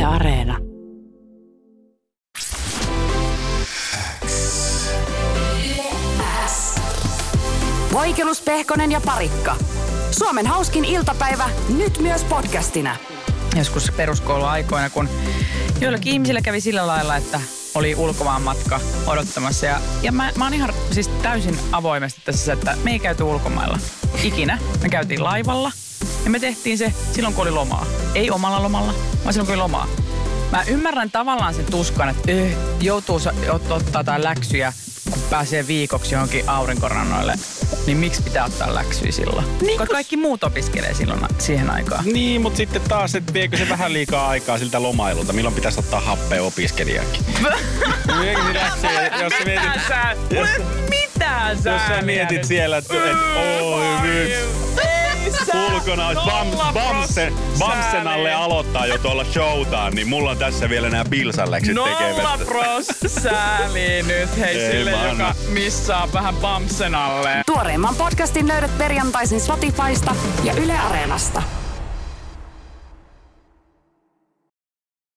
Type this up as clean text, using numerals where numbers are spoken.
Yle Areena. Voikelus, Pehkonen ja Parikka. Suomen hauskin iltapäivä, nyt myös podcastina. Joskus peruskouluaikoina, kun joillakin ihmisillä kävi sillä lailla, että oli ulkomaanmatka odottamassa. Ja mä oon ihan siis täysin avoimesti tässä, että me ei käyty ulkomailla ikinä. Me käytiin laivalla ja me tehtiin se silloin, kun oli lomaa. Ei omalla lomalla, vaan silloin, kun oli lomaa. Mä ymmärrän tavallaan sen tuskan, että joutuu ottaa jotain läksyjä, kun pääsee viikoksi johonkin aurinkorannoille. Niin miksi pitää ottaa läksyjä silloin? Niin, koska kaikki muut opiskelee silloin siihen aikaan. Niin, mutta sitten taas, että viekö se vähän liikaa aikaa siltä lomailulta? Milloin pitäisi ottaa happea opiskelijakin? Mitä sä Jos sä mietit siellä, että ulkona olisi Bamsen alle aloittaa jo tuolla showtaan, niin mulla on tässä vielä nämä pilsallekset tekemättä. 0% sääli nyt sille, joka missaa vähän Bamsen alle. Tuoreimman podcastin löydät perjantaisin Spotifysta ja Yle Areenasta.